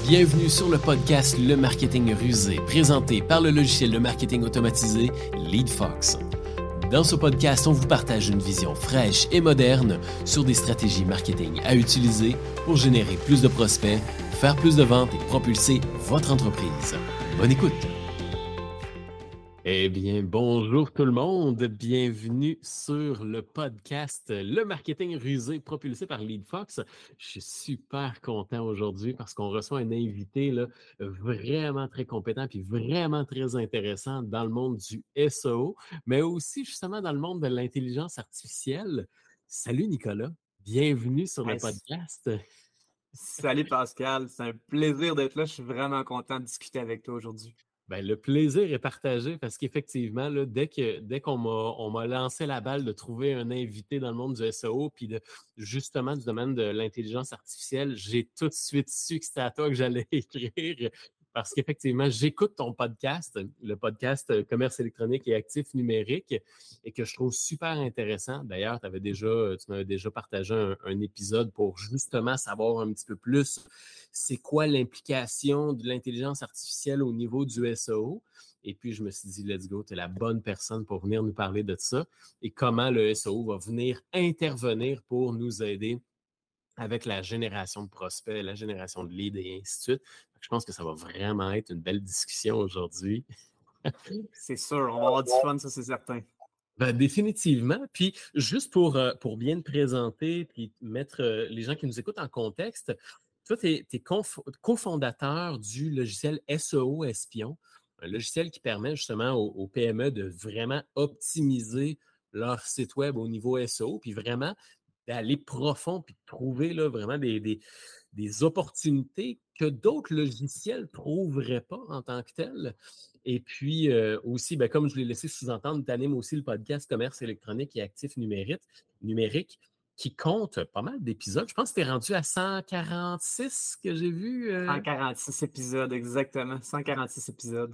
Bienvenue sur le podcast Le Marketing Rusé, présenté par le logiciel de marketing automatisé LeadFox. Dans ce podcast, on vous partage une vision fraîche et moderne sur des stratégies marketing à utiliser pour générer plus de prospects, faire plus de ventes et propulser votre entreprise. Bonne écoute! Eh bien, bonjour tout le monde, bienvenue sur le podcast Le Marketing Rusé propulsé par LeadFox. Je suis super content aujourd'hui parce qu'on reçoit un invité là, vraiment très compétent puis vraiment très intéressant dans le monde du SEO, mais aussi justement dans le monde de l'intelligence artificielle. Salut Nicolas, bienvenue sur le Hey, podcast. salut Pascal, c'est un plaisir d'être là. Je suis vraiment content de discuter avec toi aujourd'hui. Ben, le plaisir est partagé parce qu'effectivement, là, dès qu'on m'a lancé la balle de trouver un invité dans le monde du SEO puis justement du domaine de l'intelligence artificielle, j'ai tout de suite su que c'était à toi que j'allais écrire parce qu'effectivement, j'écoute ton podcast, le podcast Commerce électronique et actifs numériques, et que je trouve super intéressant. D'ailleurs, tu m'avais déjà partagé un épisode pour justement savoir un petit peu plus c'est quoi l'implication de l'intelligence artificielle au niveau du SEO. Et puis, je me suis dit, let's go, tu es la bonne personne pour venir nous parler de ça et comment le SEO va venir intervenir pour nous aider avec la génération de prospects, la génération de leads et ainsi de suite. Je pense que ça va vraiment être une belle discussion aujourd'hui. C'est sûr, on va avoir du fun, ça c'est certain. Ben, définitivement. Puis, juste pour bien te présenter puis mettre les gens qui nous écoutent en contexte, toi, tu es cofondateur du logiciel SEO Espion, un logiciel qui permet justement aux PME de vraiment optimiser leur site web au niveau SEO, puis vraiment d'aller profond, puis de trouver là, vraiment des opportunités que d'autres logiciels ne trouveraient pas en tant que tels. Et puis aussi, ben, comme je l'ai laissé sous-entendre, tu animes aussi le podcast Commerce électronique et actifs numériques qui compte pas mal d'épisodes. Je pense que tu es rendu à 146 que j'ai vu. 146 épisodes, exactement. 146 épisodes.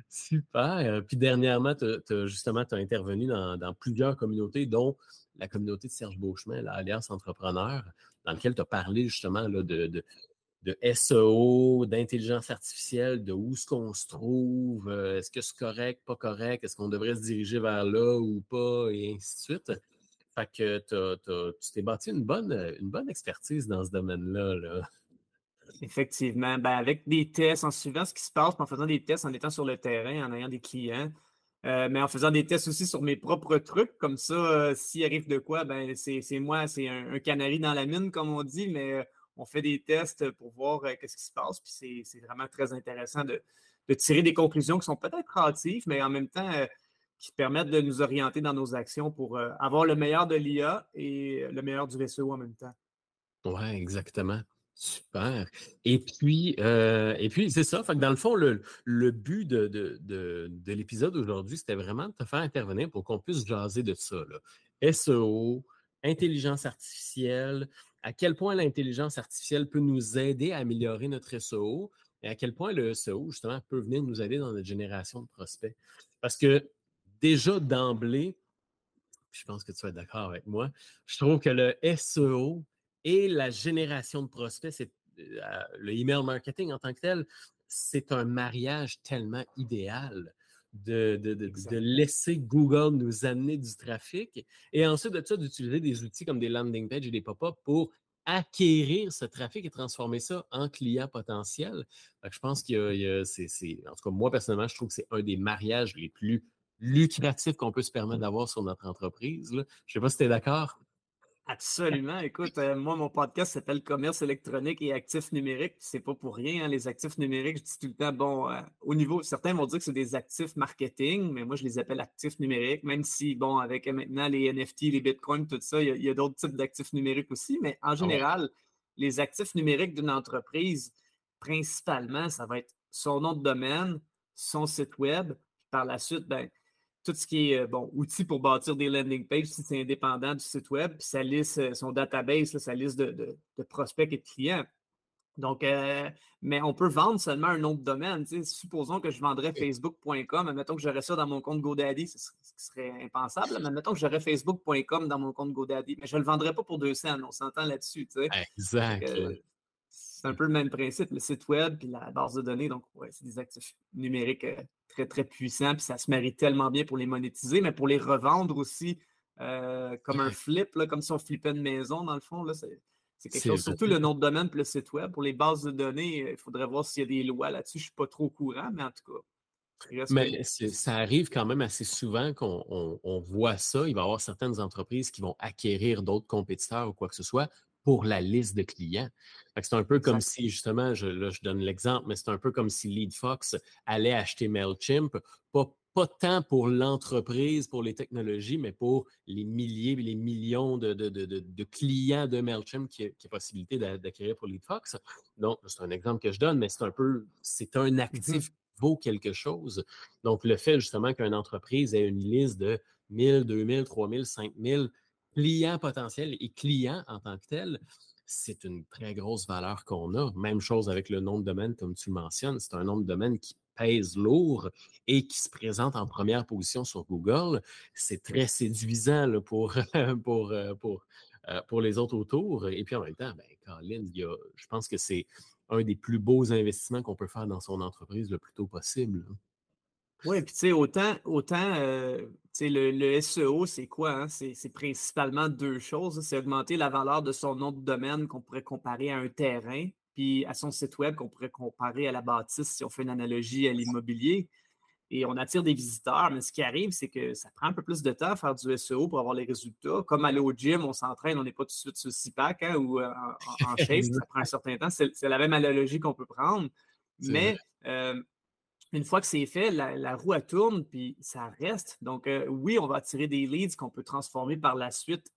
Super. Puis dernièrement, tu as intervenu dans plusieurs communautés, dont la communauté de Serge Beauchemin, l'Alliance Entrepreneur, dans laquelle tu as parlé justement là, de SEO, d'intelligence artificielle, de où est-ce qu'on se trouve, est-ce que c'est correct, pas correct, est-ce qu'on devrait se diriger vers là ou pas, et ainsi de suite. Fait que tu t'es bâti une bonne expertise dans ce domaine-là. Là. Effectivement. Ben, avec des tests, en suivant ce qui se passe, puis en faisant des tests, en étant sur le terrain, en ayant des clients, mais en faisant des tests aussi sur mes propres trucs, comme ça, s'il arrive de quoi, ben c'est moi, c'est un canari dans la mine, comme on dit, mais on fait des tests pour voir qu'est-ce qui se passe, puis c'est vraiment très intéressant de tirer des conclusions qui sont peut-être hâtives, mais en même temps qui permettent de nous orienter dans nos actions pour avoir le meilleur de l'IA et le meilleur du SEO en même temps. Oui, exactement. Super. Et puis c'est ça. Fait que dans le fond, le but de l'épisode aujourd'hui, c'était vraiment de te faire intervenir pour qu'on puisse jaser de ça. Là. SEO, intelligence artificielle, à quel point l'intelligence artificielle peut nous aider à améliorer notre SEO et à quel point le SEO, justement, peut venir nous aider dans notre génération de prospects. Parce que déjà d'emblée, je pense que tu vas être d'accord avec moi, je trouve que le SEO et la génération de prospects, le email marketing en tant que tel, c'est un mariage tellement idéal de Exact. laisser Google nous amener du trafic et ensuite de ça, d'utiliser des outils comme des landing pages et des pop-up pour acquérir ce trafic et transformer ça en client potentiel. Je pense en tout cas, moi, personnellement, je trouve que c'est un des mariages les plus lucratif qu'on peut se permettre d'avoir sur notre entreprise. Là. Je ne sais pas si tu es d'accord. Absolument. Écoute, moi, mon podcast s'appelle Commerce électronique et actifs numériques. C'est pas pour rien, hein, les actifs numériques. Je dis tout le temps, bon, au niveau, certains vont dire que c'est des actifs marketing, mais moi, je les appelle actifs numériques, même si, bon, avec maintenant les NFT, les bitcoins, tout ça, il y a d'autres types d'actifs numériques aussi. Mais en Ah ouais. général, les actifs numériques d'une entreprise, principalement, ça va être son nom de domaine, son site web. Par la suite, ben, tout ce qui est outils pour bâtir des landing pages, si c'est indépendant du site web, puis sa liste, son database, là, sa liste de prospects et de clients. Donc, mais on peut vendre seulement un nom de domaine. Supposons que je vendrais Facebook.com, admettons que j'aurais ça dans mon compte GoDaddy, ce qui serait impensable, mais admettons que j'aurais Facebook.com dans mon compte GoDaddy, mais je ne le vendrais pas pour 200, on s'entend là-dessus. Exact. Que, c'est un peu le même principe, le site web puis la base de données. Donc, ouais, c'est des actifs numériques très, très puissants. Puis ça se marie tellement bien pour les monétiser, mais pour les revendre aussi comme un Ouais, flip, là, comme si on flippait une maison, dans le fond. Là, c'est quelque c'est chose, surtout le vrai. nom de domaine puis le site web. Pour les bases de données, il faudrait voir s'il y a des lois là-dessus. Je ne suis pas trop au courant, mais en tout cas, il reste que Mais ça arrive quand même assez souvent qu'on voit ça. Il va y avoir certaines entreprises qui vont acquérir d'autres compétiteurs ou quoi que ce soit pour la liste de clients. Fait que c'est un peu comme exact. si, justement, là, je donne l'exemple, mais c'est un peu comme si LeadFox allait acheter MailChimp, pas tant pour l'entreprise, pour les technologies, mais pour les milliers et les millions de clients de MailChimp qui a possibilité d'acquérir pour LeadFox. Donc, c'est un exemple que je donne, mais c'est un Mhm. actif qui vaut quelque chose. Donc, le fait justement qu'une entreprise ait une liste de 1000, 2000, 3000, 5000 clients potentiels et clients en tant que tels, c'est une très grosse valeur qu'on a. Même chose avec le nom de domaine, comme tu le mentionnes. C'est un nom de domaine qui pèse lourd et qui se présente en première position sur Google. C'est très séduisant là, pour les autres autour. Et puis en même temps, ben, Colin, je pense que c'est un des plus beaux investissements qu'on peut faire dans son entreprise le plus tôt possible. Oui, puis tu sais, tu sais, le SEO, c'est quoi, hein? C'est principalement deux choses. C'est augmenter la valeur de son nom de domaine qu'on pourrait comparer à un terrain, puis à son site web qu'on pourrait comparer à la bâtisse si on fait une analogie à l'immobilier. Et on attire des visiteurs, mais ce qui arrive, c'est que ça prend un peu plus de temps à faire du SEO pour avoir les résultats. Comme aller au gym, on s'entraîne, on n'est pas tout de suite sur le six-pack hein, ou en shape, ça prend un certain temps. C'est la même analogie qu'on peut prendre. C'est vrai. Mais une fois que c'est fait, la roue elle tourne, puis ça reste. Donc, oui, on va attirer des leads qu'on peut transformer par la suite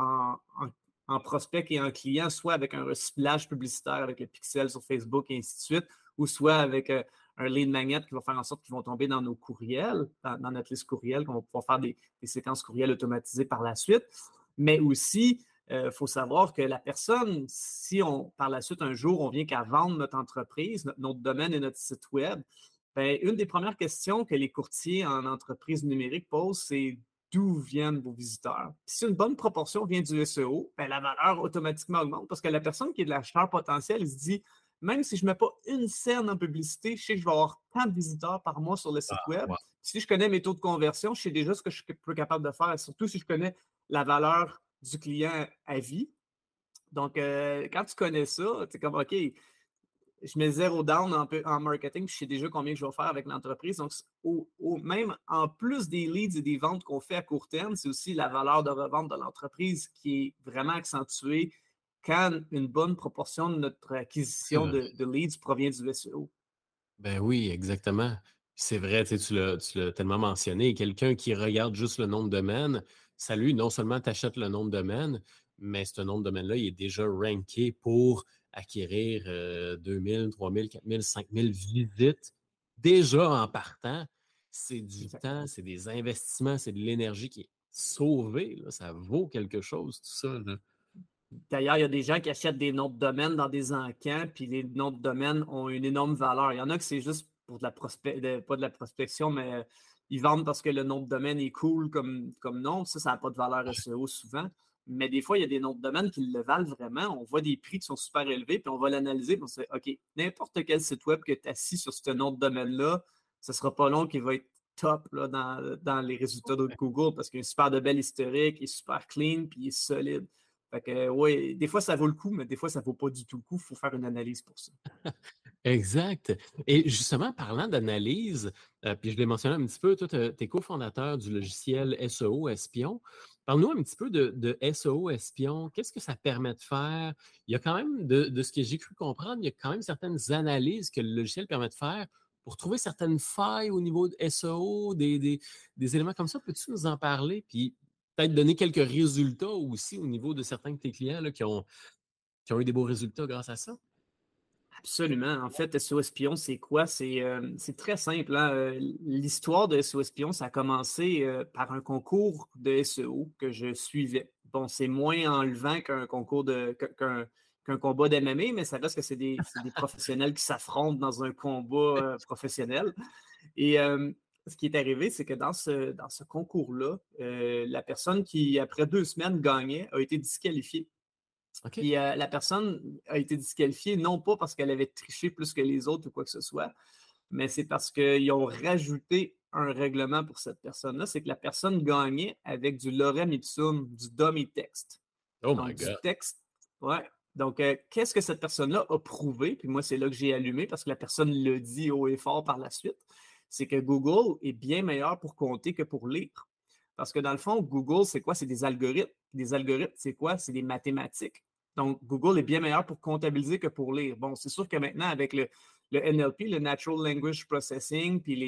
en prospects et en clients, soit avec un recyclage publicitaire avec le pixel sur Facebook et ainsi de suite, ou soit avec un lead magnet qui va faire en sorte qu'ils vont tomber dans nos courriels, dans notre liste courriel, qu'on va pouvoir faire des séquences courriels automatisées par la suite. Mais aussi, il faut savoir que la personne, si on, par la suite, un jour, on vient qu'à vendre notre entreprise, notre domaine et notre site web, ben, une des premières questions que les courtiers en entreprise numérique posent, c'est d'où viennent vos visiteurs? Puis si une bonne proportion vient du SEO, ben, la valeur automatiquement augmente parce que la personne qui est de l'acheteur potentiel, il se dit, même si je ne mets pas une scène en publicité, je sais que je vais avoir tant de visiteurs par mois sur le site Ah, web. wow. Si je connais mes taux de conversion, je sais déjà ce que je suis capable de faire, surtout si je connais la valeur du client à vie. Donc, quand tu connais ça, tu es comme, OK, je mets zéro down en marketing, puis je sais déjà combien je vais faire avec l'entreprise. Donc, même en plus des leads et des ventes qu'on fait à court terme, c'est aussi la valeur de revente de l'entreprise qui est vraiment accentuée quand une bonne proportion de notre acquisition Euh, de leads provient du SEO. Ben oui, exactement. C'est vrai, tu l'as tellement mentionné. Quelqu'un qui regarde juste le nom de domaine, ça lui, non seulement t'achètes le nom de domaine, mais ce nom de domaine-là, il est déjà ranké pour acquérir 2000, 3000, 4000, 5000 visites. Déjà en partant, c'est du temps, Exactement. c'est des investissements, c'est de l'énergie qui est sauvée, là. Ça vaut quelque chose, tout ça, là. D'ailleurs, il y a des gens qui achètent des noms de domaine dans des encans, puis les noms de domaine ont une énorme valeur. Il y en a que c'est juste pour de la pas de la prospection, mais ils vendent parce que le nom de domaine est cool comme nom. Ça n'a pas de valeur SEO souvent. Mais des fois, il y a des noms de domaine qui le valent vraiment. On voit des prix qui sont super élevés, puis on va l'analyser, puis on se dit, OK, n'importe quel site web que tu as assis sur ce nom de domaine-là, ce ne sera pas long qu'il va être top là, dans les résultats de Google parce qu'il y a un super de bel historique, il est super clean, puis il est solide. Fait que, oui, des fois, ça vaut le coup, mais des fois, ça ne vaut pas du tout le coup. Il faut faire une analyse pour ça. Exact. Et justement, parlant d'analyse, puis je l'ai mentionné un petit peu, toi, tu es cofondateur du logiciel SEO Espion. Parle-nous un petit peu de SEO Espion. Qu'est-ce que ça permet de faire? Il y a quand même, de ce que j'ai cru comprendre, il y a quand même certaines analyses que le logiciel permet de faire pour trouver certaines failles au niveau de SEO, des éléments comme ça. Peux-tu nous en parler? Puis peut-être donner quelques résultats aussi au niveau de certains de tes clients là, qui ont eu des beaux résultats grâce à ça? Absolument. En fait, SEO Espion, c'est quoi? C'est très simple, hein. L'histoire de SEO Espion, ça a commencé par un concours de SEO que je suivais. Bon, c'est moins enlevant qu'un concours qu'un combat d'MMA, mais ça reste que c'est des professionnels qui s'affrontent dans un combat professionnel. Et ce qui est arrivé, c'est que dans ce concours-là, la personne qui, après 2 semaines, gagnait a été disqualifiée. OK. Puis la personne a été disqualifiée, non pas parce qu'elle avait triché plus que les autres ou quoi que ce soit, mais c'est parce qu'ils ont rajouté un règlement pour cette personne-là. C'est que la personne gagnait avec du lorem ipsum, du dummy text. Oh my Donc, du God. texte. Ouais. Donc, qu'est-ce que cette personne-là a prouvé? Puis moi, c'est là que j'ai allumé parce que la personne le dit haut et fort par la suite. C'est que Google est bien meilleur pour compter que pour lire. Parce que dans le fond, Google, c'est quoi? C'est des algorithmes. Des algorithmes, c'est quoi? C'est des mathématiques. Donc, Google est bien meilleur pour comptabiliser que pour lire. Bon, c'est sûr que maintenant, avec le NLP, le Natural Language Processing, puis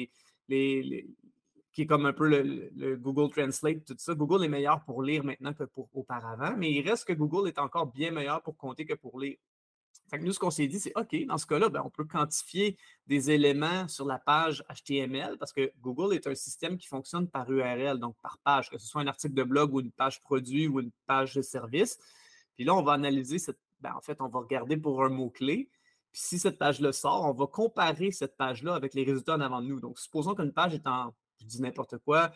qui est comme un peu le Google Translate, tout ça, Google est meilleur pour lire maintenant que pour auparavant, mais il reste que Google est encore bien meilleur pour compter que pour lire. Fait que nous, ce qu'on s'est dit, c'est OK, dans ce cas-là, ben, on peut quantifier des éléments sur la page HTML parce que Google est un système qui fonctionne par URL, donc par page, que ce soit un article de blog ou une page produit ou une page de service. Puis là, on va analyser en fait, on va regarder pour un mot-clé. Puis si cette page-là sort, on va comparer cette page-là avec les résultats en avant de nous. Donc, supposons qu'une page est en, je dis n'importe quoi,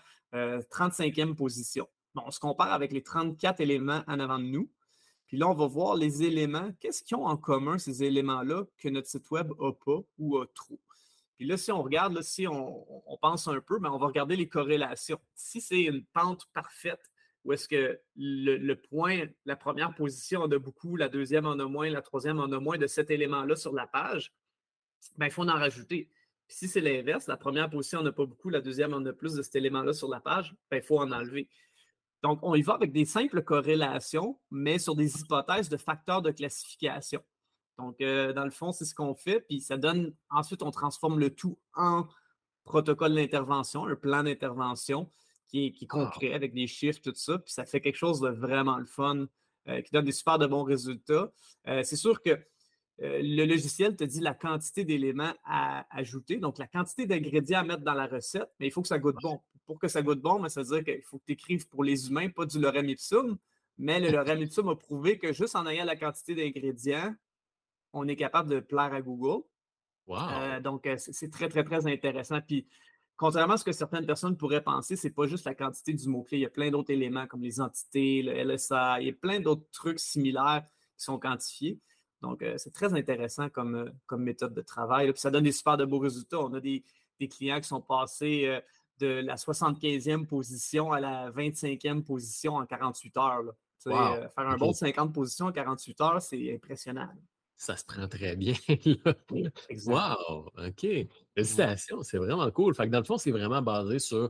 35e position. Bon, on se compare avec les 34 éléments en avant de nous. Puis là, on va voir les éléments. Qu'est-ce qu'ils ont en commun, ces éléments-là, que notre site Web n'a pas ou a trop? Puis là, si on regarde, là, si on pense un peu, ben, on va regarder les corrélations. Si c'est une pente parfaite, où est-ce que le point, la première position en a beaucoup, la deuxième en a moins, la troisième en a moins de cet élément-là sur la page, ben, il faut en rajouter. Puis si c'est l'inverse, la première position en a pas beaucoup, la deuxième en a plus de cet élément-là sur la page, ben, il faut en enlever. Donc, on y va avec des simples corrélations, mais sur des hypothèses de facteurs de classification. Donc, dans le fond, c'est ce qu'on fait, puis ça donne, ensuite, on transforme le tout en protocole d'intervention, un plan d'intervention qui est Wow. concret avec des chiffres, tout ça, puis ça fait quelque chose de vraiment le fun, qui donne des super de bons résultats. C'est sûr que le logiciel te dit la quantité d'éléments à ajouter, donc la quantité d'ingrédients à mettre dans la recette, mais il faut que ça goûte bon. Pour que ça goûte bon, ben, ça veut dire qu'il faut que tu écrives pour les humains, pas du lorem ipsum, mais le lorem ipsum a prouvé que juste en ayant la quantité d'ingrédients, on est capable de plaire à Google. Wow. Donc, c'est très, très, très intéressant. Puis, contrairement à ce que certaines personnes pourraient penser, c'est pas juste la quantité du mot-clé. Il y a plein d'autres éléments comme les entités, le LSA, il y a plein d'autres trucs similaires qui sont quantifiés. Donc, c'est très intéressant comme méthode de travail. Là. Puis, ça donne des super de beaux résultats. On a des clients qui sont passés de la 75e position à la 25e position en 48 heures. Là. Wow. Faire un bon OK. 50 positions en 48 heures, c'est impressionnant. Ça se prend très bien, là. Exact. Wow! OK. Ouais. Félicitations, c'est vraiment cool. Fait que dans le fond, c'est vraiment basé sur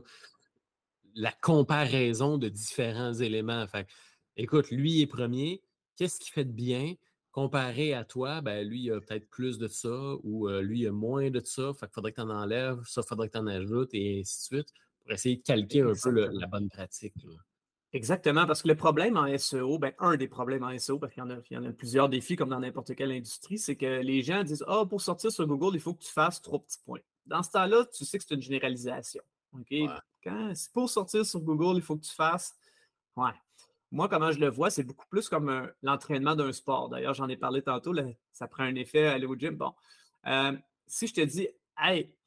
la comparaison de différents éléments. Fait que, écoute, lui est premier. Qu'est-ce qu'il fait de bien? Comparé à toi, ben lui, il a peut-être plus de ça ou lui, il a moins de ça. Fait qu'il faudrait que tu en enlèves, ça, il faudrait que tu en ajoutes et ainsi de suite pour essayer de calquer un peu la Exactement. bonne pratique, là. Exactement, parce que le problème en SEO, ben, un des problèmes en SEO, parce il y en a plusieurs défis comme dans n'importe quelle industrie, c'est que les gens disent ah, pour sortir sur Google, il faut que tu fasses trois petits points. Dans ce temps-là, tu sais que c'est une généralisation. OK? Ouais. C'est pour sortir sur Google, il faut que tu fasses. Ouais. Moi, comment je le vois, c'est beaucoup plus comme l'entraînement d'un sport. D'ailleurs, j'en ai parlé tantôt, là, ça prend un effet à aller au gym. Bon. Euh, si je te dis, hey,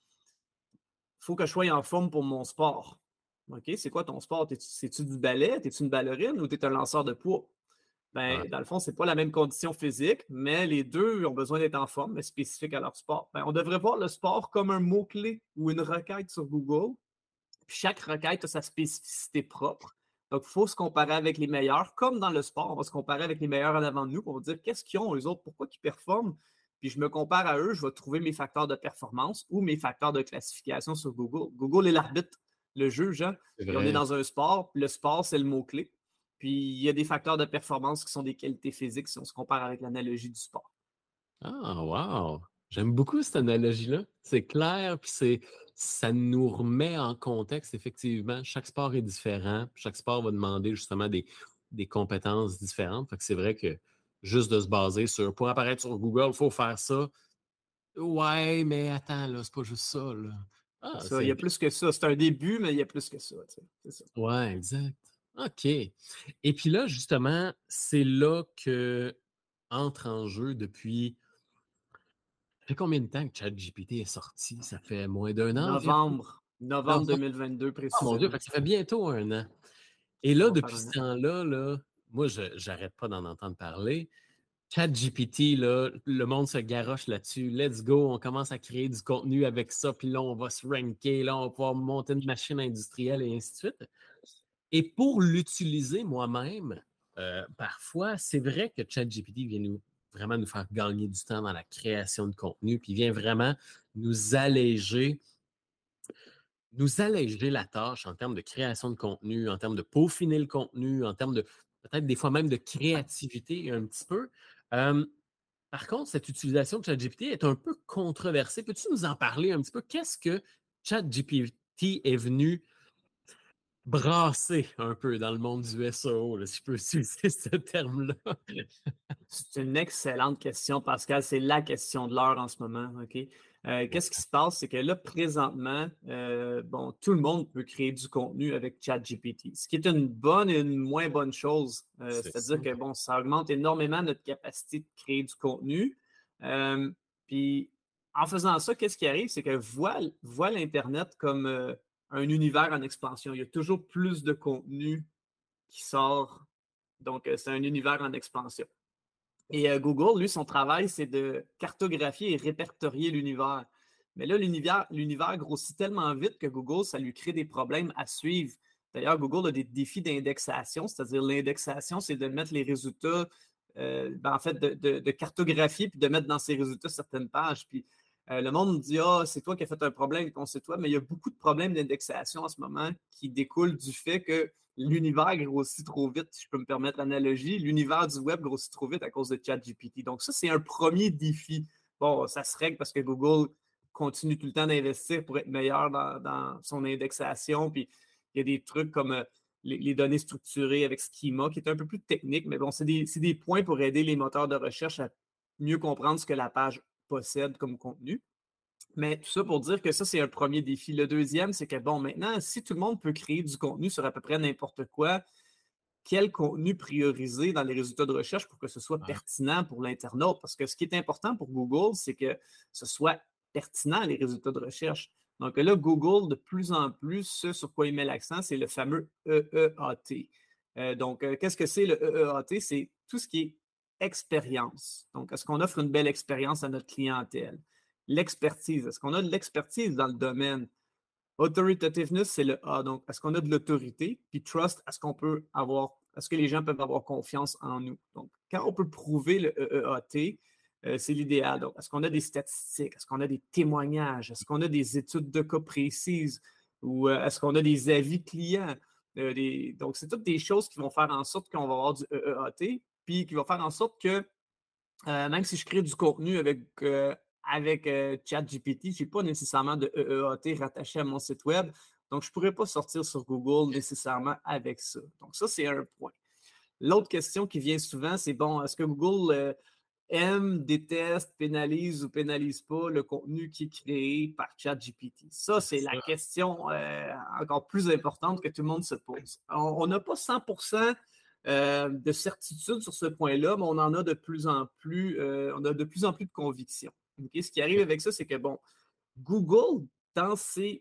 il faut que je sois en forme pour mon sport. OK, c'est quoi ton sport? C'est-tu du ballet? Es-tu une ballerine ou tu es un lanceur de poids? Ouais. Ben, dans le fond, ce n'est pas la même condition physique, mais les deux ont besoin d'être en forme, mais spécifique à leur sport. Ben, on devrait voir le sport comme un mot-clé ou une requête sur Google. Puis chaque requête a sa spécificité propre. Donc, il faut se comparer avec les meilleurs. Comme dans le sport, on va se comparer avec les meilleurs en avant de nous pour dire qu'est-ce qu'ils ont, eux autres, pourquoi ils performent. Puis je me compare à eux, je vais trouver mes facteurs de performance ou mes facteurs de classification sur Google. Google est l'arbitre, le juge. Hein? C'est Puis on est vrai. dans un sport, puis le sport, c'est le mot-clé. Puis il y a des facteurs de performance qui sont des qualités physiques si on se compare avec l'analogie du sport. Ah, wow! J'aime beaucoup cette analogie-là. C'est clair, puis ça nous remet en contexte, effectivement. Chaque sport est différent. Chaque sport va demander justement des compétences différentes. Fait que c'est vrai que juste de se baser sur pour apparaître sur Google, il faut faire ça. Ouais, mais attends, là, c'est pas juste ça, là. C'est Ah, ça. c'est Il y a intéressant. plus que ça. C'est un début, mais il y a plus que ça. C'est ça. Ouais, exact. OK. Et puis là, justement, c'est là que entre en jeu depuis. Ça fait combien de temps que ChatGPT est sorti? Ça fait moins d'un an environ? Novembre Novembre. 2022 Oh mon Dieu, précisément. fait que ça fait bientôt un an. Et Ça là, va faire depuis un ce an. temps-là, là, moi, je n'arrête pas d'en entendre parler. ChatGPT, là, le monde se garoche là-dessus. Let's go, on commence à créer du contenu avec ça, puis là, on va se ranker, là, on va pouvoir monter une machine industrielle et ainsi de suite. Et pour l'utiliser moi-même, parfois, c'est vrai que ChatGPT vient vraiment nous faire gagner du temps dans la création de contenu, puis vient vraiment nous alléger la tâche en termes de création de contenu, en termes de peaufiner le contenu, en termes de peut-être des fois même de créativité un petit peu. Euh, Par contre, cette utilisation de ChatGPT est un peu controversée. Peux-tu nous en parler un petit peu? Qu'est-ce que ChatGPT est venu brasser un peu dans le monde du SEO, là, si je peux utiliser ce terme-là? C'est une excellente question, Pascal. C'est la question de l'heure en ce moment. OK? Qu'est-ce qui se passe? C'est que là, présentement, bon, tout le monde peut créer du contenu avec ChatGPT, ce qui est une bonne et une moins bonne chose. C'est ça. C'est-à-dire que bon, ça augmente énormément notre capacité de créer du contenu. Puis en faisant ça, qu'est-ce qui arrive? C'est que voit l'Internet comme un univers en expansion. Il y a toujours plus de contenu qui sort. Donc, c'est un univers en expansion. Et Google, lui, son travail, c'est de cartographier et répertorier l'univers. Mais là, l'univers grossit tellement vite que Google, ça lui crée des problèmes à suivre. D'ailleurs, Google a des défis d'indexation, c'est-à-dire l'indexation, c'est de mettre les résultats, en fait, de cartographier puis de mettre dans ces résultats certaines pages. Puis le monde me dit, ah, c'est toi qui as fait un problème avec ton site web, mais il y a beaucoup de problèmes d'indexation en ce moment qui découlent du fait que l'univers grossit trop vite, si je peux me permettre l'analogie. L'univers du web grossit trop vite à cause de ChatGPT. Donc, ça, c'est un premier défi. Bon, ça se règle parce que Google continue tout le temps d'investir pour être meilleur dans son indexation. Puis, il y a des trucs comme les données structurées avec Schema, qui est un peu plus technique, mais bon, c'est des points pour aider les moteurs de recherche à mieux comprendre ce que la page possède comme contenu. Mais tout ça pour dire que ça, c'est un premier défi. Le deuxième, c'est que, bon, maintenant, si tout le monde peut créer du contenu sur à peu près n'importe quoi, quel contenu prioriser dans les résultats de recherche pour que ce soit Ouais. pertinent pour l'internaute? Parce que ce qui est important pour Google, c'est que ce soit pertinent, les résultats de recherche. Donc là, Google, de plus en plus, ce sur quoi il met l'accent, c'est le fameux EEAT. Donc, qu'est-ce que c'est le EEAT? C'est tout ce qui est expérience. Donc, est-ce qu'on offre une belle expérience à notre clientèle? L'expertise. Est-ce qu'on a de l'expertise dans le domaine? Authoritativeness, c'est le A. Donc, est-ce qu'on a de l'autorité? Puis trust, est-ce que les gens peuvent avoir confiance en nous? Donc, quand on peut prouver le EEAT, c'est l'idéal. Donc, est-ce qu'on a des statistiques? Est-ce qu'on a des témoignages? Est-ce qu'on a des études de cas précises? Ou est-ce qu'on a des avis clients? Donc, c'est toutes des choses qui vont faire en sorte qu'on va avoir du EEAT, puis qui vont faire en sorte que même si je crée du contenu avec ChatGPT, je n'ai pas nécessairement de EEAT rattaché à mon site web. Donc, je ne pourrais pas sortir sur Google nécessairement avec ça. Donc, ça, c'est un point. L'autre question qui vient souvent, c'est bon, est-ce que Google aime, déteste, pénalise ou pénalise pas le contenu qui est créé par ChatGPT? Ça, c'est la question encore plus importante que tout le monde se pose. On n'a pas 100% de certitude sur ce point-là, mais on en a de plus en plus, on a de plus en plus de conviction. Okay? Ce qui arrive avec ça, c'est que, bon, Google, dans ses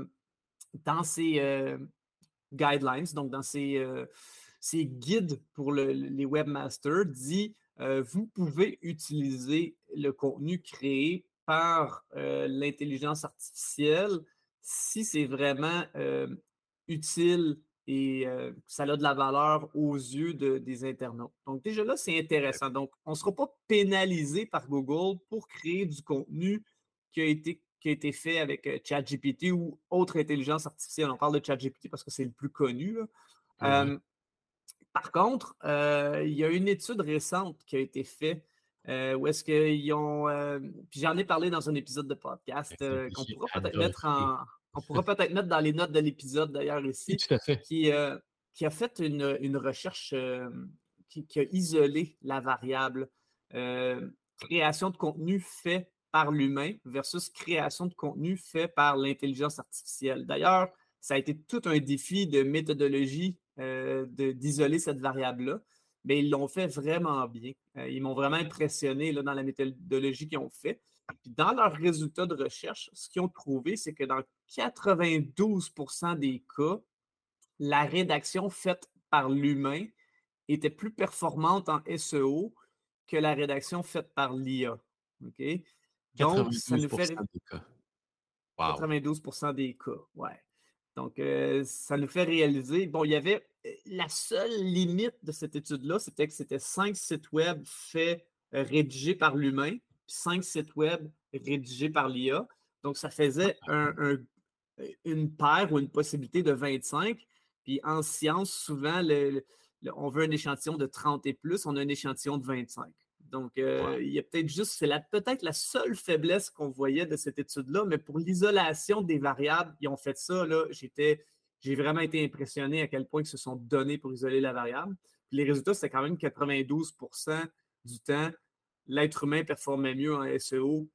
guidelines, donc dans ses guides pour les webmasters, dit vous pouvez utiliser le contenu créé par l'intelligence artificielle si c'est vraiment utile et ça a de la valeur aux yeux des internautes. Donc déjà là, c'est intéressant. Donc, on ne sera pas pénalisé par Google pour créer du contenu qui a été fait avec ChatGPT ou autre intelligence artificielle. On parle de ChatGPT parce que c'est le plus connu. Ouais. Par contre, il y a une étude récente qui a été faite où est-ce qu'ils ont. Puis j'en ai parlé dans un épisode de podcast qu'on J'ai pourra peut-être adoré. mettre on pourra peut-être mettre dans les notes de l'épisode d'ailleurs Oui, ici, tout à fait. qui a fait une recherche qui a isolé la variable création de contenu fait par l'humain versus création de contenu fait par l'intelligence artificielle. D'ailleurs, ça a été tout un défi de méthodologie d'isoler cette variable-là, mais ils l'ont fait vraiment bien. Ils m'ont vraiment impressionné là, dans la méthodologie qu'ils ont fait. Puis dans leurs résultats de recherche, ce qu'ils ont trouvé, c'est que dans 92% des cas, la rédaction faite par l'humain était plus performante en SEO que la rédaction faite par l'IA. OK? Donc, ça nous fait 92% des cas. Wow! 92 des cas, ouais. Donc, ça nous fait réaliser, bon, il y avait la seule limite de cette étude-là, c'était que c'était 5 sites web faits, rédigés par l'humain, puis 5 sites web rédigés par l'IA. Donc, ça faisait une paire ou une possibilité de 25. Puis en science, souvent, on veut un échantillon de 30 et plus, on a un échantillon de 25. Donc, Ouais. il y a peut-être juste, peut-être la seule faiblesse qu'on voyait de cette étude-là, mais pour l'isolation des variables, ils ont fait ça, là, j'ai vraiment été impressionné à quel point ils se sont donnés pour isoler la variable. Puis les résultats, c'était quand même 92 du temps, l'être humain performait mieux en SEO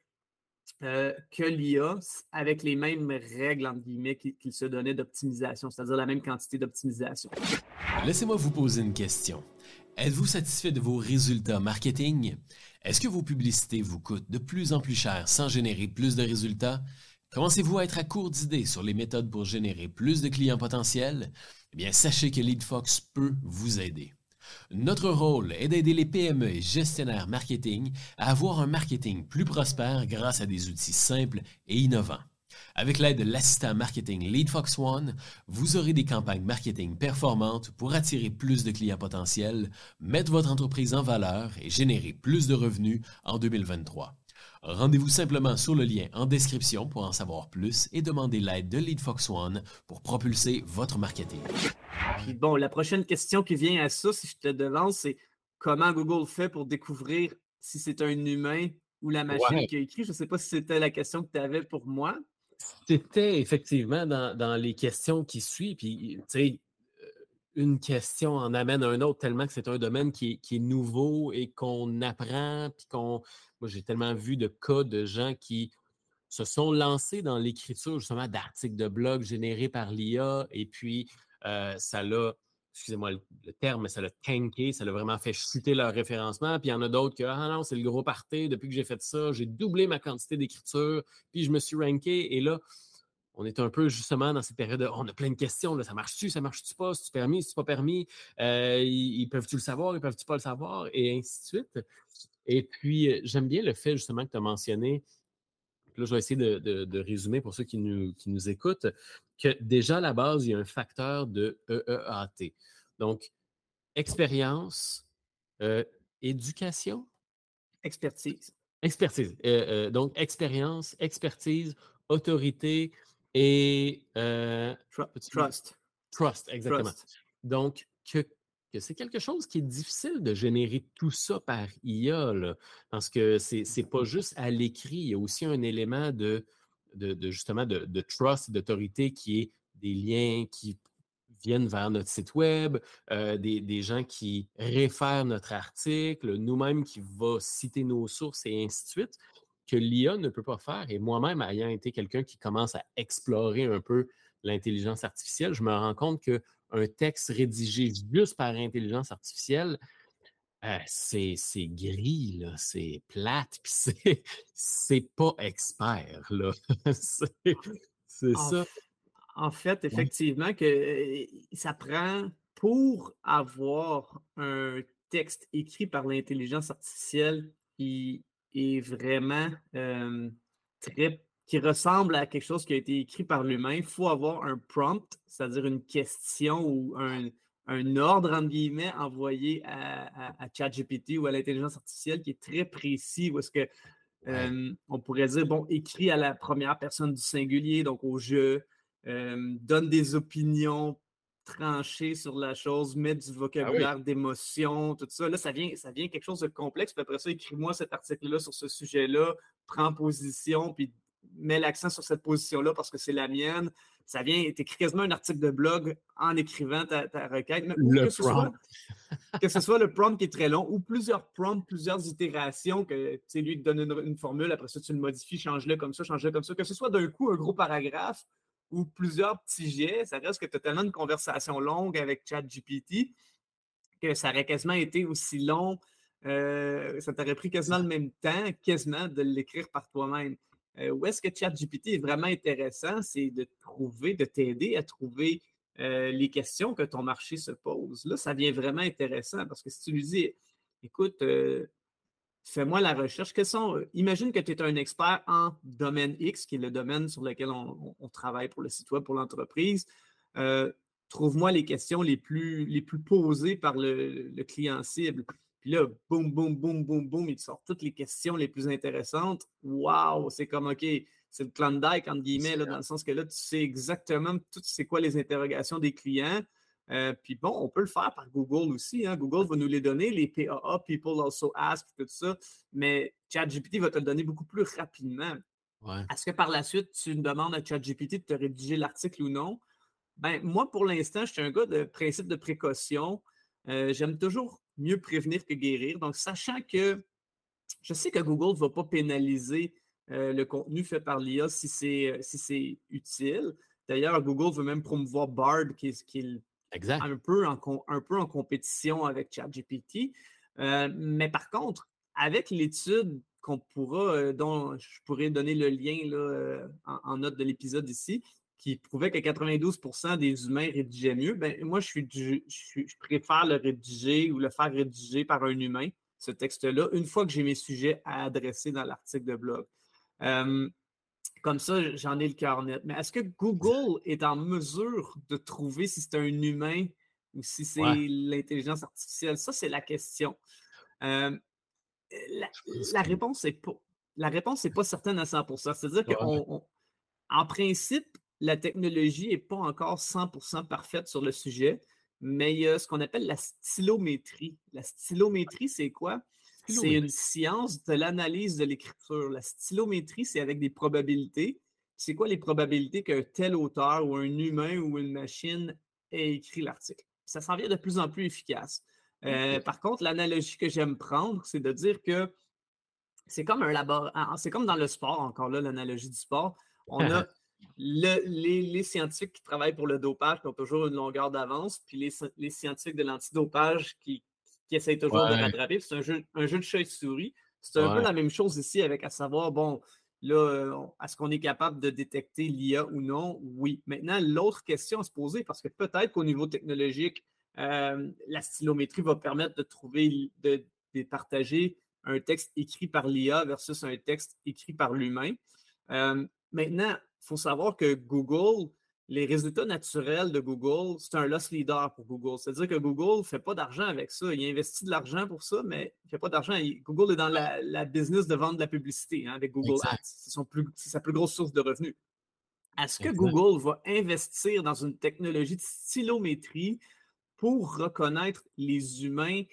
que l'IA avec les mêmes règles, entre guillemets, qu'il se donnait d'optimisation, c'est-à-dire la même quantité d'optimisation. Laissez-moi vous poser une question. Êtes-vous satisfait de vos résultats marketing? Est-ce que vos publicités vous coûtent de plus en plus cher sans générer plus de résultats? Commencez-vous à être à court d'idées sur les méthodes pour générer plus de clients potentiels? Eh bien, sachez que LeadFox peut vous aider. Notre rôle est d'aider les PME et gestionnaires marketing à avoir un marketing plus prospère grâce à des outils simples et innovants. Avec l'aide de l'assistant marketing LeadFox One, vous aurez des campagnes marketing performantes pour attirer plus de clients potentiels, mettre votre entreprise en valeur et générer plus de revenus en 2023. Rendez-vous simplement sur le lien en description pour en savoir plus et demandez l'aide de LeadFox One pour propulser votre marketing. Puis bon, la prochaine question qui vient à ça, si je te devance, c'est comment Google fait pour découvrir si c'est un humain ou la machine Ouais. qui a écrit? Je ne sais pas si c'était la question que tu avais pour moi. C'était effectivement dans les questions qui suivent, puis tu sais, une question en amène un autre tellement que c'est un domaine qui est nouveau et qu'on apprend, puis moi j'ai tellement vu de cas de gens qui se sont lancés dans l'écriture justement d'articles de blog générés par l'IA et puis ça l'a, excusez-moi le terme, mais ça l'a tanké, ça l'a vraiment fait chuter leur référencement. Puis il y en a d'autres qui, ah non, c'est le gros party, depuis que j'ai fait ça, j'ai doublé ma quantité d'écriture, puis je me suis ranké. Et là, on est un peu justement dans cette période de, on a plein de questions, là, ça marche-tu pas, c'est-tu permis, c'est-tu pas permis, ils peuvent-tu le savoir, ils peuvent-tu pas le savoir, et ainsi de suite. Et puis, j'aime bien le fait justement que tu as mentionné, là, je vais essayer de résumer pour ceux qui nous écoutent, que déjà à la base, il y a un facteur de EEAT. Donc, expérience, euh, éducation, Expertise. expertise. Donc, expérience, expertise, autorité et Trust. trust, exactement. Trust. Donc, que c'est quelque chose qui est difficile de générer tout ça par IA, là, parce que c'est pas juste à l'écrit, il y a aussi un élément justement de trust, d'autorité qui est des liens qui viennent vers notre site web, des gens qui réfèrent notre article, nous-mêmes qui va citer nos sources et ainsi de suite, que l'IA ne peut pas faire. Et moi-même, ayant été quelqu'un qui commence à explorer un peu l'intelligence artificielle, je me rends compte qu'un texte rédigé juste par intelligence artificielle, c'est gris, là, c'est plate, puis c'est pas expert, là. c'est c'est En, ça. f- En fait, Ouais. effectivement, que ça prend pour avoir un texte écrit par l'intelligence artificielle qui est vraiment qui ressemble à quelque chose qui a été écrit par l'humain, il faut avoir un prompt, c'est-à-dire une question ou un ordre, entre guillemets, envoyé à ChatGPT ou à l'intelligence artificielle qui est très précis, où est-ce que Ouais. on pourrait dire, bon, écrit à la première personne du singulier, donc au je, donne des opinions tranchées sur la chose, met du Ah oui. vocabulaire d'émotion, tout ça. Là, ça vient quelque chose de complexe. Puis après ça, écris-moi cet article-là sur ce sujet-là, prends position, puis mets l'accent sur cette position-là parce que c'est la mienne. Ça vient, t'écris quasiment un article de blog en écrivant ta requête, ou Le prompt. que ce soit le prompt qui est très long ou plusieurs prompts, plusieurs itérations que lui te donne une formule, après ça, tu le modifies, change-le comme ça, change-le comme ça. Que ce soit d'un coup un gros paragraphe ou plusieurs petits jets, ça reste que tu as tellement une conversation longue avec ChatGPT que ça aurait quasiment été aussi long. Ça t'aurait pris quasiment le même temps, quasiment, de l'écrire par toi-même. Où est-ce que ChatGPT est vraiment intéressant? C'est de t'aider à trouver les questions que ton marché se pose. Là, ça devient vraiment intéressant parce que si tu lui dis, écoute, fais-moi la recherche. Imagine que tu es un expert en domaine X, qui est le domaine sur lequel on travaille pour le site web, pour l'entreprise. Trouve-moi les questions les plus posées par le client cible. Puis là, boum, boum, boum, boum, boum, il te sort toutes les questions les plus intéressantes. Waouh, c'est comme, OK, c'est le Klondike, entre guillemets, là, dans le sens que là, tu sais exactement tout c'est quoi les interrogations des clients. Puis bon, on peut le faire par Google aussi. Hein. Google va nous les donner, les PAA, People Also Ask, tout ça. Mais ChatGPT va te le donner beaucoup plus rapidement. Ouais. Est-ce que par la suite, tu demandes à ChatGPT de te rédiger l'article ou non? Ben, moi, pour l'instant, je suis un gars de principe de précaution. J'aime toujours mieux prévenir que guérir. Donc, sachant que je sais que Google ne va pas pénaliser le contenu fait par l'IA si c'est utile. D'ailleurs, Google veut même promouvoir Bard, qui est Exact. un peu en compétition avec ChatGPT. Mais par contre, avec l'étude dont je pourrais donner le lien là, en note de l'épisode ici, qui prouvait que 92% des humains rédigeaient mieux, ben, moi, je préfère le rédiger ou le faire rédiger par un humain, ce texte-là, une fois que j'ai mes sujets à adresser dans l'article de blog. Comme ça, j'en ai le cœur net. Mais est-ce que Google est en mesure de trouver si c'est un humain ou si c'est l'intelligence artificielle? Ça, c'est la question. La réponse n'est pas certaine à 100%. C'est-à-dire qu'en principe, la technologie n'est pas encore 100% parfaite sur le sujet, mais il y a ce qu'on appelle la stylométrie. La stylométrie, c'est quoi? C'est une science de l'analyse de l'écriture. La stylométrie, c'est avec des probabilités. C'est quoi les probabilités qu'un tel auteur ou un humain ou une machine ait écrit l'article? Ça s'en vient de plus en plus efficace. Par contre, l'analogie que j'aime prendre, c'est de dire que c'est comme c'est comme dans le sport, encore là, l'analogie du sport. On a les scientifiques qui travaillent pour le dopage qui ont toujours une longueur d'avance, puis les scientifiques de l'antidopage qui essayent toujours de rattraper. C'est un jeu de chat et de souris. C'est un peu la même chose ici avec à savoir, bon, là, est-ce qu'on est capable de détecter l'IA ou non? Oui. Maintenant, l'autre question à se poser, parce que peut-être qu'au niveau technologique, la stylométrie va permettre de trouver, de partager un texte écrit par l'IA versus un texte écrit par l'humain. Maintenant, il faut savoir que Google, les résultats naturels de Google, c'est un loss leader pour Google. C'est-à-dire que Google ne fait pas d'argent avec ça. Il investit de l'argent pour ça, mais il ne fait pas d'argent. Google est dans la business de vendre de la publicité avec Google Ads. C'est sa plus grosse source de revenus. Est-ce que Google va investir dans une technologie de stylométrie pour reconnaître les humains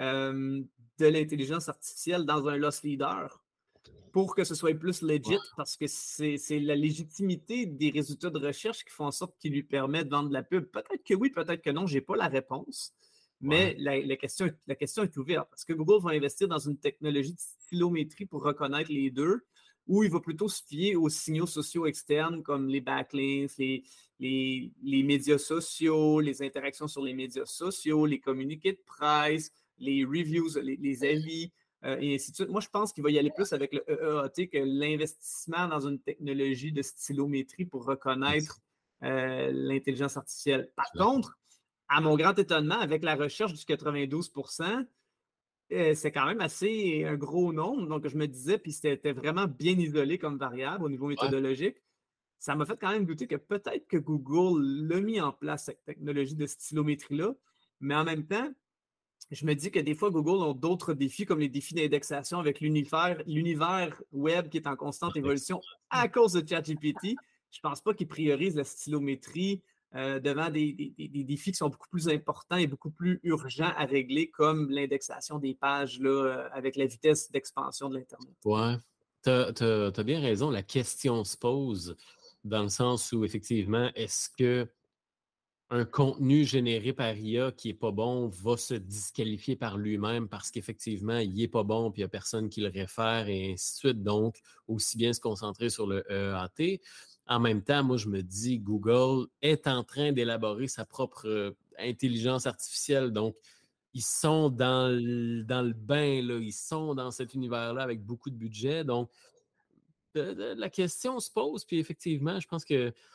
de l'intelligence artificielle dans un loss leader pour que ce soit plus legit parce que c'est la légitimité des résultats de recherche qui font en sorte qu'il lui permet de vendre de la pub. Peut-être que oui, peut-être que non, je n'ai pas la réponse, mais la question est ouverte. Est-ce que Google va investir dans une technologie de stylométrie pour reconnaître les deux ou il va plutôt se fier aux signaux sociaux externes comme les backlinks, les médias sociaux, les interactions sur les médias sociaux, les communiqués de presse, les reviews, les avis, et ainsi de suite. Moi, je pense qu'il va y aller plus avec le EEAT que l'investissement dans une technologie de stylométrie pour reconnaître l'intelligence artificielle. Par contre, à mon grand étonnement, avec la recherche du 92%, c'est quand même assez un gros nombre. Donc, je me disais, puis c'était vraiment bien isolé comme variable au niveau méthodologique. Ça m'a fait quand même douter que peut-être que Google l'a mis en place, cette technologie de stylométrie-là, mais en même temps, je me dis que des fois, Google ont d'autres défis, comme les défis d'indexation avec l'univers web qui est en constante évolution à cause de ChatGPT. Je ne pense pas qu'ils priorisent la stylométrie devant des défis qui sont beaucoup plus importants et beaucoup plus urgents à régler, comme l'indexation des pages là, avec la vitesse d'expansion de l'Internet. Ouais, tu as bien raison. La question se pose dans le sens où, effectivement, est-ce que un contenu généré par IA qui n'est pas bon va se disqualifier par lui-même parce qu'effectivement, il n'est pas bon puis il n'y a personne qui le réfère et ainsi de suite. Donc, aussi bien se concentrer sur le EAT. En même temps, moi, je me dis, Google est en train d'élaborer sa propre intelligence artificielle. Donc, ils sont dans le bain, là. Ils sont dans cet univers-là avec beaucoup de budget. Donc, la question se pose. Puis effectivement, je pense que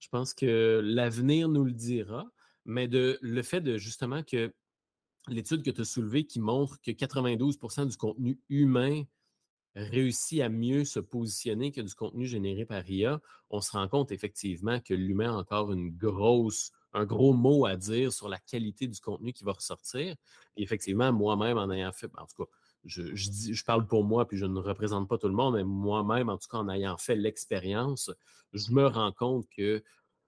Je pense que l'avenir nous le dira, mais le fait de justement que l'étude que tu as soulevée qui montre que 92% du contenu humain réussit à mieux se positionner que du contenu généré par IA, on se rend compte effectivement que l'humain a encore un gros mot à dire sur la qualité du contenu qui va ressortir. Et effectivement, moi-même, en ayant fait, en tout cas, je parle pour moi, puis je ne représente pas tout le monde, mais moi-même, en tout cas, en ayant fait l'expérience, je me rends compte que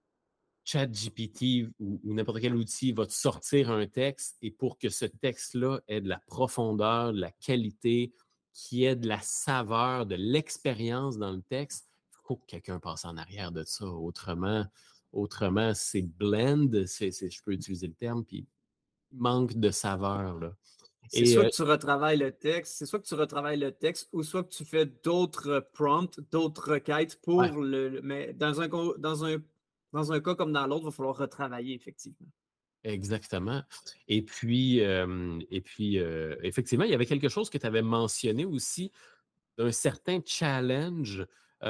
ChatGPT ou n'importe quel outil va te sortir un texte et pour que ce texte-là ait de la profondeur, de la qualité, qui ait de la saveur, de l'expérience dans le texte, il faut que quelqu'un passe en arrière de ça. Autrement c'est blend, je peux utiliser le terme, puis manque de saveur. Là. C'est Et soit que tu retravailles le texte, ou soit que tu fais d'autres prompts, d'autres requêtes pour ouais, mais dans un cas comme dans l'autre, il va falloir retravailler, effectivement. exactement. Et puis, effectivement, il y avait quelque chose que tu avais mentionné aussi d'un certain challenge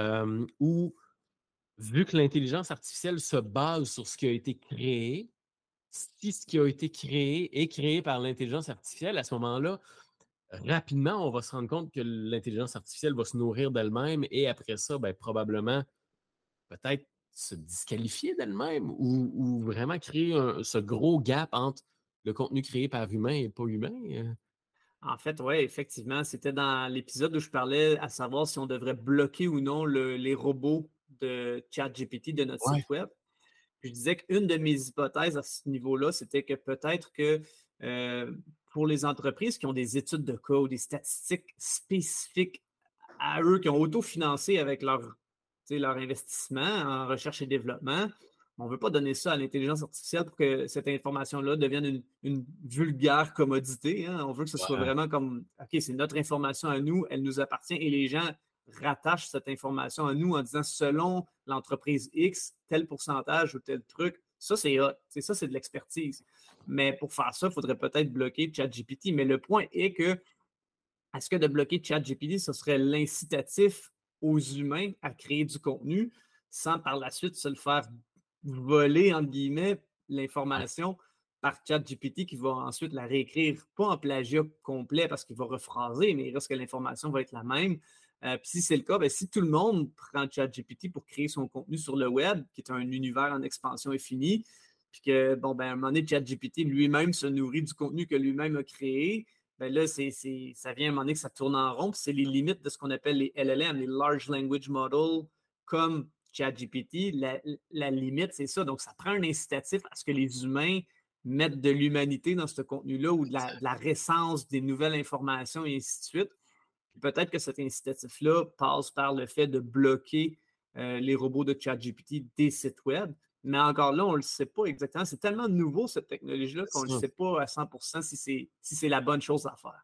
où, vu que l'intelligence artificielle se base sur ce qui a été créé, si ce qui a été créé est créé par l'intelligence artificielle, à ce moment-là, rapidement, on va se rendre compte que l'intelligence artificielle va se nourrir d'elle-même et après ça, ben, probablement, peut-être se disqualifier d'elle-même ou vraiment créer ce gros gap entre le contenu créé par humain et pas humain. En fait, oui, effectivement, c'était dans l'épisode où je parlais à savoir si on devrait bloquer ou non les robots de ChatGPT de notre Ouais, site web. Puis je disais qu'une de mes hypothèses à ce niveau-là, c'était que peut-être que pour les entreprises qui ont des études de cas ou des statistiques spécifiques à eux, qui ont autofinancé avec leur investissement en recherche et développement, on ne veut pas donner ça à l'intelligence artificielle pour que cette information-là devienne une vulgaire commodité. Hein. On veut que ce soit ouais, vraiment comme, OK, c'est notre information à nous, elle nous appartient et les gens rattachent cette information à nous en disant selon l'entreprise X, tel pourcentage ou tel truc. Ça, c'est hot. Ça, c'est de l'expertise. Mais pour faire ça, il faudrait peut-être bloquer ChatGPT. Mais le point est que est-ce que de bloquer ChatGPT, ce serait l'incitatif aux humains à créer du contenu sans par la suite se le faire voler, entre guillemets, ouais. l'information par ChatGPT qui va ensuite la réécrire, pas en plagiat complet parce qu'il va rephraser, mais il reste que l'information va être la même. Puis si c'est le cas, ben, si tout le monde prend ChatGPT pour créer son contenu sur le web, qui est un univers en expansion infinie, puis que, bon, ben, à un moment donné, ChatGPT lui-même se nourrit du contenu que lui-même a créé, ben là, ça vient à un moment donné que ça tourne en rond, puis c'est les limites de ce qu'on appelle les LLM, les Large Language Models, comme ChatGPT. La limite, c'est ça. Donc, ça prend un incitatif à ce que les humains mettent de l'humanité dans ce contenu-là ou de la récence des nouvelles informations et ainsi de suite. Puis peut-être que cet incitatif-là passe par le fait de bloquer les robots de ChatGPT des sites web. Mais encore là, on ne le sait pas exactement. C'est tellement nouveau, cette technologie-là, qu'on ne le sait pas à 100% si c'est la bonne chose à faire.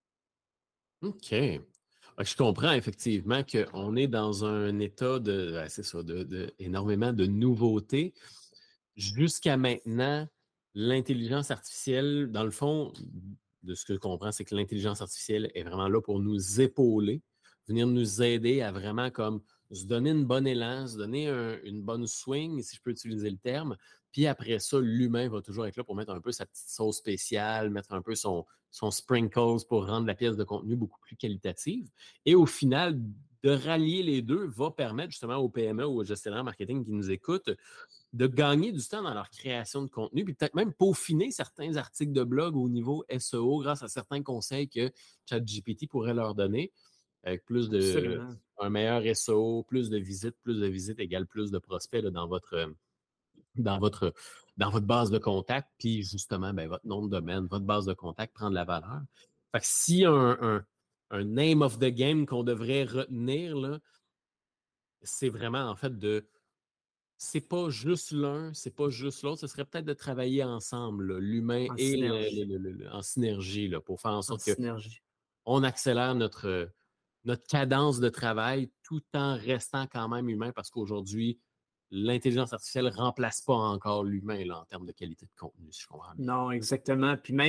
OK. Je comprends effectivement qu'on est dans un état c'est ça, énormément de nouveautés. Jusqu'à maintenant, l'intelligence artificielle, dans le fond, de ce que je comprends, c'est que l'intelligence artificielle est vraiment là pour nous épauler, venir nous aider à vraiment comme se donner une bonne élan, se donner une bonne swing, si je peux utiliser le terme. Puis après ça, l'humain va toujours être là pour mettre un peu sa petite sauce spéciale, mettre un peu son sprinkles pour rendre la pièce de contenu beaucoup plus qualitative. Et au final, de rallier les deux va permettre justement aux PME ou aux gestionnaires marketing qui nous écoutent de gagner du temps dans leur création de contenu, puis peut-être même peaufiner certains articles de blog au niveau SEO grâce à certains conseils que ChatGPT pourrait leur donner, avec Absolument. un meilleur SEO, plus de visites égale plus de prospects là, dans votre, dans votre base de contact, puis justement, ben, votre nom de domaine, votre base de contact prend de la valeur. Fait que s'il y a un name of the game qu'on devrait retenir, là, c'est vraiment en fait c'est pas juste l'un, c'est pas juste l'autre. Ce serait peut-être de travailler ensemble, là, l'humain En et synergie. en synergie là, pour faire en En sorte synergie. qu'on accélère notre cadence de travail tout en restant quand même humain parce qu'aujourd'hui, l'intelligence artificielle ne remplace pas encore l'humain là, en termes de qualité de contenu, si je comprends bien. Non, exactement. Puis même,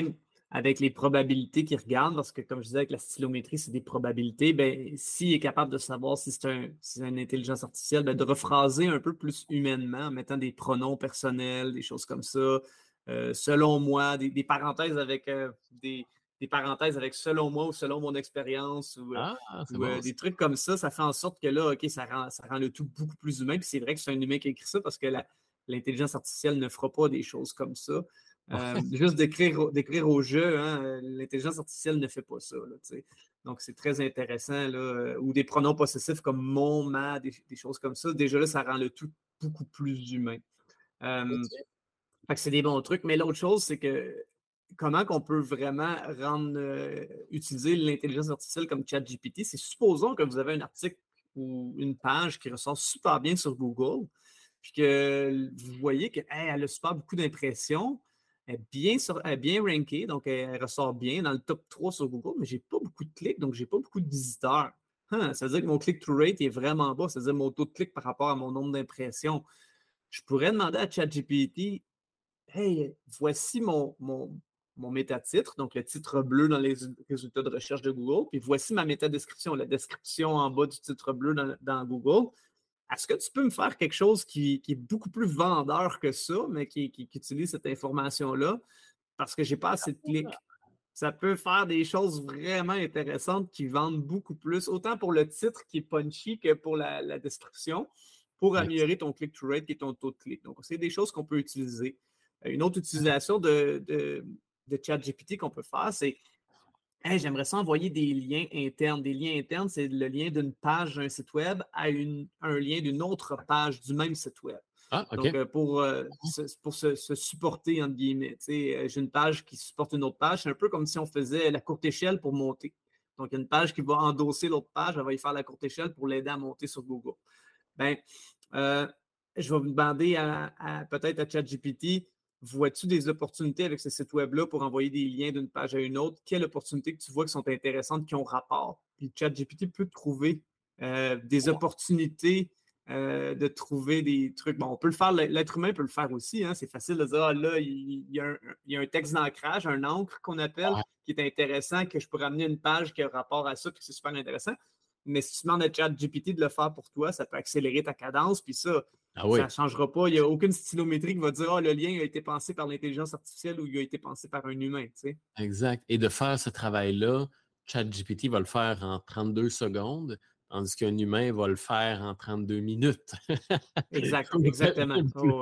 avec les probabilités qu'il regarde, parce que comme je disais, avec la stylométrie, c'est des probabilités, ben, s'il est capable de savoir si c'est une intelligence artificielle, ben, de rephraser un peu plus humainement, en mettant des pronoms personnels, des choses comme ça, selon moi, des parenthèses avec des parenthèses avec selon moi ou selon mon expérience Ah, c'est bon. des trucs comme ça fait en sorte que là, OK, ça rend le tout beaucoup plus humain. Puis c'est vrai que c'est un humain qui a écrit ça parce que l'intelligence artificielle ne fera pas des choses comme ça. Juste d'écrire au jeu, hein, l'intelligence artificielle ne fait pas ça. Là, donc, c'est très intéressant. Là, ou des pronoms possessifs comme mon, ma, des choses comme ça. Déjà là, ça rend le tout beaucoup plus humain. Fait que c'est des bons trucs. Mais l'autre chose, c'est que comment qu'on peut vraiment utiliser l'intelligence artificielle comme ChatGPT, c'est supposons que vous avez un article ou une page qui ressort super bien sur Google, puis que vous voyez qu'elle a super beaucoup d'impressions, elle est bien rankée, donc elle ressort bien dans le top 3 sur Google, mais j'ai pas beaucoup de clics, donc j'ai pas beaucoup de visiteurs. Ça veut dire que mon click-through rate est vraiment bas, c'est-à-dire mon taux de clic par rapport à mon nombre d'impressions. Je pourrais demander à ChatGPT, hey, voici mon métatitre, donc le titre bleu dans les résultats de recherche de Google, puis voici ma métadescription, la description en bas du titre bleu dans Google. Est-ce que tu peux me faire quelque chose qui est beaucoup plus vendeur que ça, mais qui utilise cette information-là, parce que je n'ai pas assez de clics? Ça peut faire des choses vraiment intéressantes qui vendent beaucoup plus, autant pour le titre qui est punchy que pour la description, pour améliorer ton click-through rate et ton taux de clic. Donc, c'est des choses qu'on peut utiliser. Une autre utilisation de ChatGPT qu'on peut faire, c'est hey, j'aimerais ça envoyer des liens internes. Des liens internes, c'est le lien d'une page d'un site web à un lien d'une autre page du même site web. Ah, OK. Donc, pour se supporter, entre guillemets. J'ai une page qui supporte une autre page. C'est un peu comme si on faisait la courte échelle pour monter. Donc, il y a une page qui va endosser l'autre page, elle va y faire la courte échelle pour l'aider à monter sur Google. Ben, je vais vous demander peut-être à ChatGPT, vois-tu des opportunités avec ce site web-là pour envoyer des liens d'une page à une autre? Quelles opportunités que tu vois qui sont intéressantes, qui ont rapport? Puis ChatGPT peut trouver des opportunités de trouver des trucs. Bon, on peut le faire, l'être humain peut le faire aussi. Hein, c'est facile de dire, ah, là, il y a un texte d'ancrage, un encre qu'on appelle, qui est intéressant, que je pourrais amener une page qui a rapport à ça, puis c'est super intéressant. Mais si tu demandes à ChatGPT de le faire pour toi, ça peut accélérer ta cadence, puis ça ne changera pas. Il n'y a aucune stylométrie qui va dire le lien a été pensé par l'intelligence artificielle ou il a été pensé par un humain. Exact. Et de faire ce travail-là, ChatGPT va le faire en 32 secondes, tandis qu'un humain va le faire en 32 minutes. Exactement.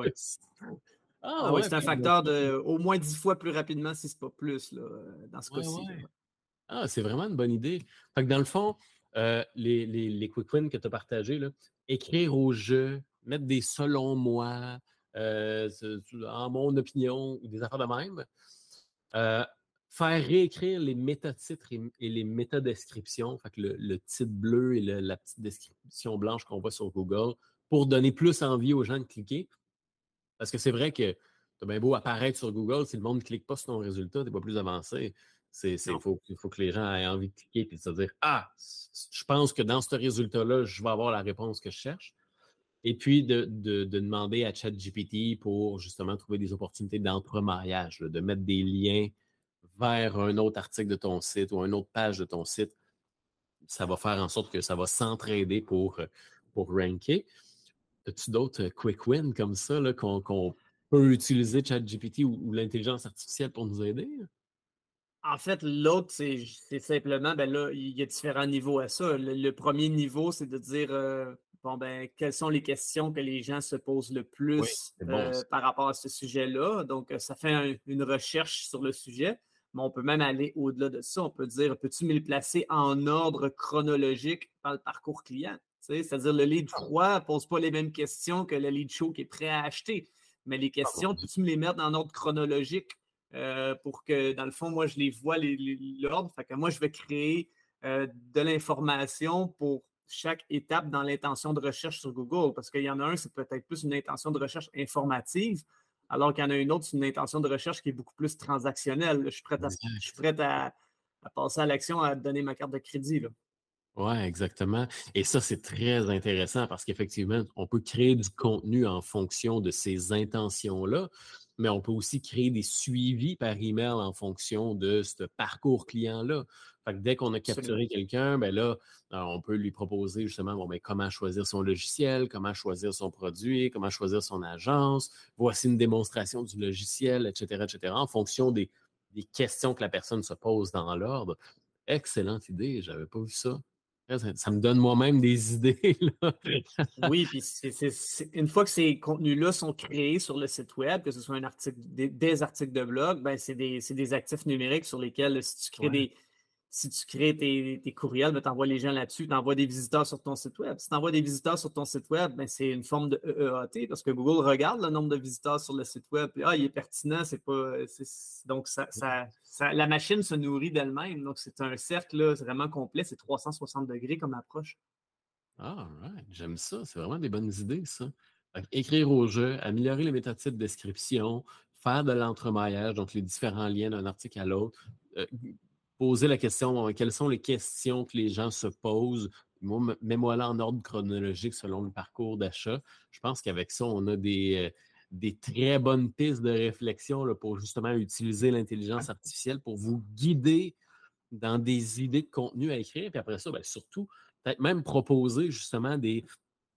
C'est un facteur de au moins 10 fois plus rapidement, si ce n'est pas plus, là, dans ce cas-ci. Ah, c'est vraiment une bonne idée. Fait que dans le fond, les quick wins que tu as partagés, écrire au jeu, mettre des selon moi, en mon opinion, ou des affaires de même. Faire réécrire les métatitres et les métadescriptions, fait que le titre bleu et la petite description blanche qu'on voit sur Google, pour donner plus envie aux gens de cliquer. Parce que c'est vrai que t'as bien beau apparaître sur Google, si le monde ne clique pas sur ton résultat, tu n'es pas plus avancé. Il faut que les gens aient envie de cliquer et de se dire ah, je pense que dans ce résultat-là, je vais avoir la réponse que je cherche. Et puis de demander à ChatGPT pour justement trouver des opportunités d'entremariage, de mettre des liens vers un autre article de ton site ou une autre page de ton site. Ça va faire en sorte que ça va s'entraider pour ranker. As-tu d'autres quick wins comme ça qu'on peut utiliser ChatGPT ou l'intelligence artificielle pour nous aider? En fait, l'autre, c'est simplement, ben là, il y a différents niveaux à ça. Le premier niveau, c'est de dire, quelles sont les questions que les gens se posent le plus par rapport à ce sujet-là. Donc, ça fait une recherche sur le sujet, mais on peut même aller au-delà de ça. On peut dire, peux-tu me les placer en ordre chronologique dans le parcours client? C'est-à-dire, le lead froid ne pose pas les mêmes questions que le lead chaud qui est prêt à acheter. Mais les questions, peux-tu me les mettre en ordre chronologique? Pour que, dans le fond, moi, je les vois l'ordre. Fait que moi, je vais créer de l'information pour chaque étape dans l'intention de recherche sur Google. Parce qu'il y en a un, c'est peut-être plus une intention de recherche informative, alors qu'il y en a une autre, c'est une intention de recherche qui est beaucoup plus transactionnelle. Je suis prêt à passer à l'action, à donner ma carte de crédit. Oui, exactement. Et ça, c'est très intéressant parce qu'effectivement, on peut créer du contenu en fonction de ces intentions-là. mais on peut aussi créer des suivis par email en fonction de ce parcours client-là. Fait que dès qu'on a capturé quelqu'un, ben là, on peut lui proposer justement comment choisir son logiciel, comment choisir son produit, comment choisir son agence. Voici une démonstration du logiciel, etc., en fonction des questions que la personne se pose dans l'ordre. Excellente idée, je n'avais pas vu ça. Ça me donne moi-même des idées. Là. Oui, puis une fois que ces contenus-là sont créés sur le site web, que ce soit des articles de blog, ben c'est des actifs numériques sur lesquels, si tu crées tes courriels, ben, tu envoies les gens là-dessus, tu envoies des visiteurs sur ton site web. Si tu envoies des visiteurs sur ton site web, ben, c'est une forme de EEAT parce que Google regarde le nombre de visiteurs sur le site web. Puis, il est pertinent, donc la machine se nourrit d'elle-même. Donc, c'est un cercle là, vraiment complet, c'est 360 degrés comme approche. Ah, right. J'aime ça. C'est vraiment des bonnes idées, ça. Écrire au jeu, améliorer les méthodes de description, faire de l'entremaillage, donc les différents liens d'un article à l'autre, poser la question, quelles sont les questions que les gens se posent. Moi, mets-moi là en ordre chronologique selon le parcours d'achat. Je pense qu'avec ça, on a des très bonnes pistes de réflexion là, pour justement utiliser l'intelligence artificielle pour vous guider dans des idées de contenu à écrire. Puis après ça, bien, surtout, peut-être même proposer justement des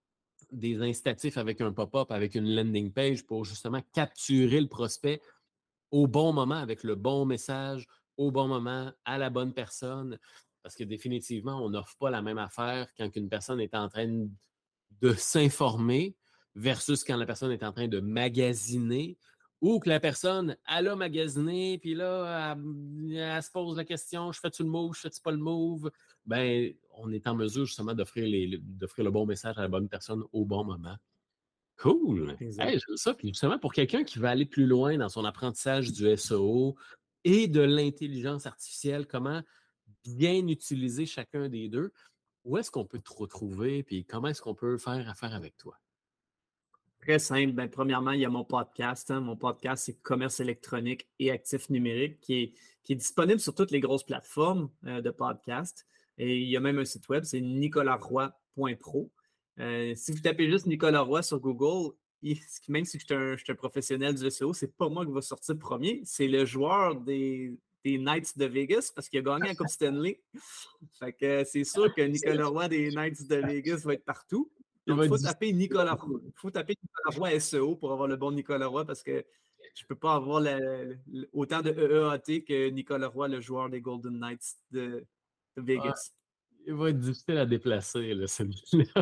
incitatifs avec un pop-up, avec une landing page pour justement capturer le prospect au bon moment, avec le bon message, au bon moment, à la bonne personne. Parce que définitivement, on n'offre pas la même affaire quand une personne est en train de s'informer versus quand la personne est en train de magasiner ou que la personne, elle a magasiné, puis là, elle se pose la question, je fais-tu le move, je fais-tu pas le move? Ben, on est en mesure justement d'offrir le bon message à la bonne personne au bon moment. Cool! Hey, j'aime ça. Puis justement, pour quelqu'un qui veut aller plus loin dans son apprentissage du SEO et de l'intelligence artificielle, comment bien utiliser chacun des deux, où est-ce qu'on peut te retrouver? Puis comment est-ce qu'on peut faire affaire avec toi? Très simple. Ben, premièrement, il y a mon podcast. Mon podcast, c'est Commerce électronique et actifs numériques qui est disponible sur toutes les grosses plateformes de podcast. Et il y a même un site web, c'est nicolaroy.pro. Si vous tapez juste Nicolas Roy sur Google, même si je suis un professionnel du SEO, c'est pas moi qui va sortir premier, c'est le joueur des Knights de Vegas parce qu'il a gagné la Coupe Stanley. Fait que c'est sûr que Nicolas Roy des Knights de Vegas va être partout. Donc, il faut taper Nicolas Roy SEO pour avoir le bon Nicolas Roy parce que je ne peux pas avoir autant de EEAT que Nicolas Roy, le joueur des Golden Knights de Vegas. Il va être difficile à déplacer, là, celui-là.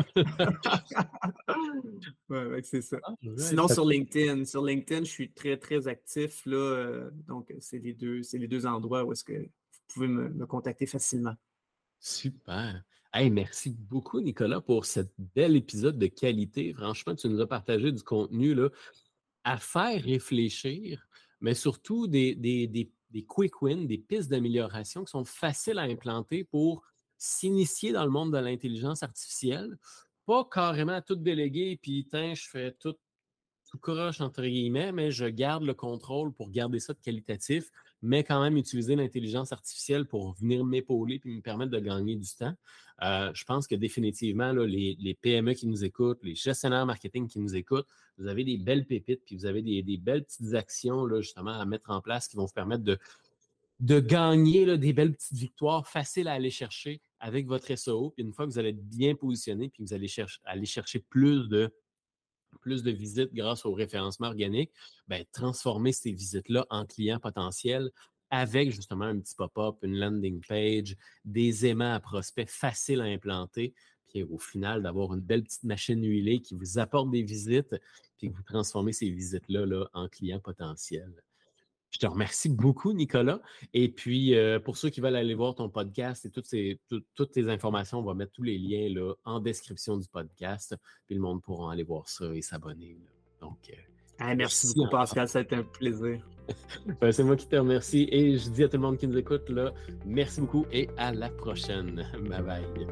Ouais, c'est ça. Sinon, sur LinkedIn, je suis très, très actif. Là, donc, c'est les deux endroits où est-ce que vous pouvez me contacter facilement. Super. Hey, merci beaucoup, Nicolas, pour cet bel épisode de qualité. Franchement, tu nous as partagé du contenu là, à faire réfléchir, mais surtout des quick wins, des pistes d'amélioration qui sont faciles à implanter pour s'initier dans le monde de l'intelligence artificielle. Pas carrément à tout déléguer, puis je fais tout croche, entre guillemets, mais je garde le contrôle pour garder ça de qualitatif, mais quand même utiliser l'intelligence artificielle pour venir m'épauler et me permettre de gagner du temps. Je pense que définitivement, là, les PME qui nous écoutent, les gestionnaires marketing qui nous écoutent, vous avez des belles pépites, puis vous avez des belles petites actions là, justement à mettre en place qui vont vous permettre de gagner là, des belles petites victoires faciles à aller chercher avec votre SEO. Puis une fois que vous allez être bien positionné, puis que vous allez aller chercher plus de visites grâce au référencement organique, bien, transformer ces visites-là en clients potentiels avec justement un petit pop-up, une landing page, des aimants à prospects faciles à implanter, puis au final, d'avoir une belle petite machine huilée qui vous apporte des visites, puis que vous transformez ces visites-là là, en clients potentiels. Je te remercie beaucoup, Nicolas. Et puis, pour ceux qui veulent aller voir ton podcast et toutes tes informations, on va mettre tous les liens là, en description du podcast. Puis le monde pourra aller voir ça et s'abonner. Là. Donc, merci beaucoup, Pascal. Ça a été un plaisir. C'est moi qui te remercie. Et je dis à tout le monde qui nous écoute, là, merci beaucoup et à la prochaine. Bye bye.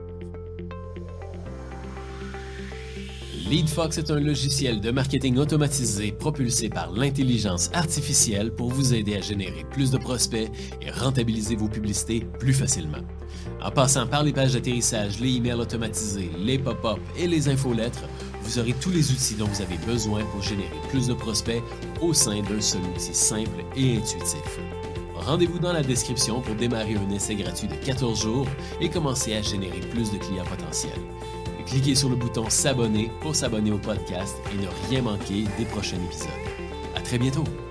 LeadFox est un logiciel de marketing automatisé propulsé par l'intelligence artificielle pour vous aider à générer plus de prospects et rentabiliser vos publicités plus facilement. En passant par les pages d'atterrissage, les emails automatisés, les pop-up et les infolettres, vous aurez tous les outils dont vous avez besoin pour générer plus de prospects au sein d'un seul outil simple et intuitif. Rendez-vous dans la description pour démarrer un essai gratuit de 14 jours et commencer à générer plus de clients potentiels. Cliquez sur le bouton s'abonner pour s'abonner au podcast et ne rien manquer des prochains épisodes. À très bientôt!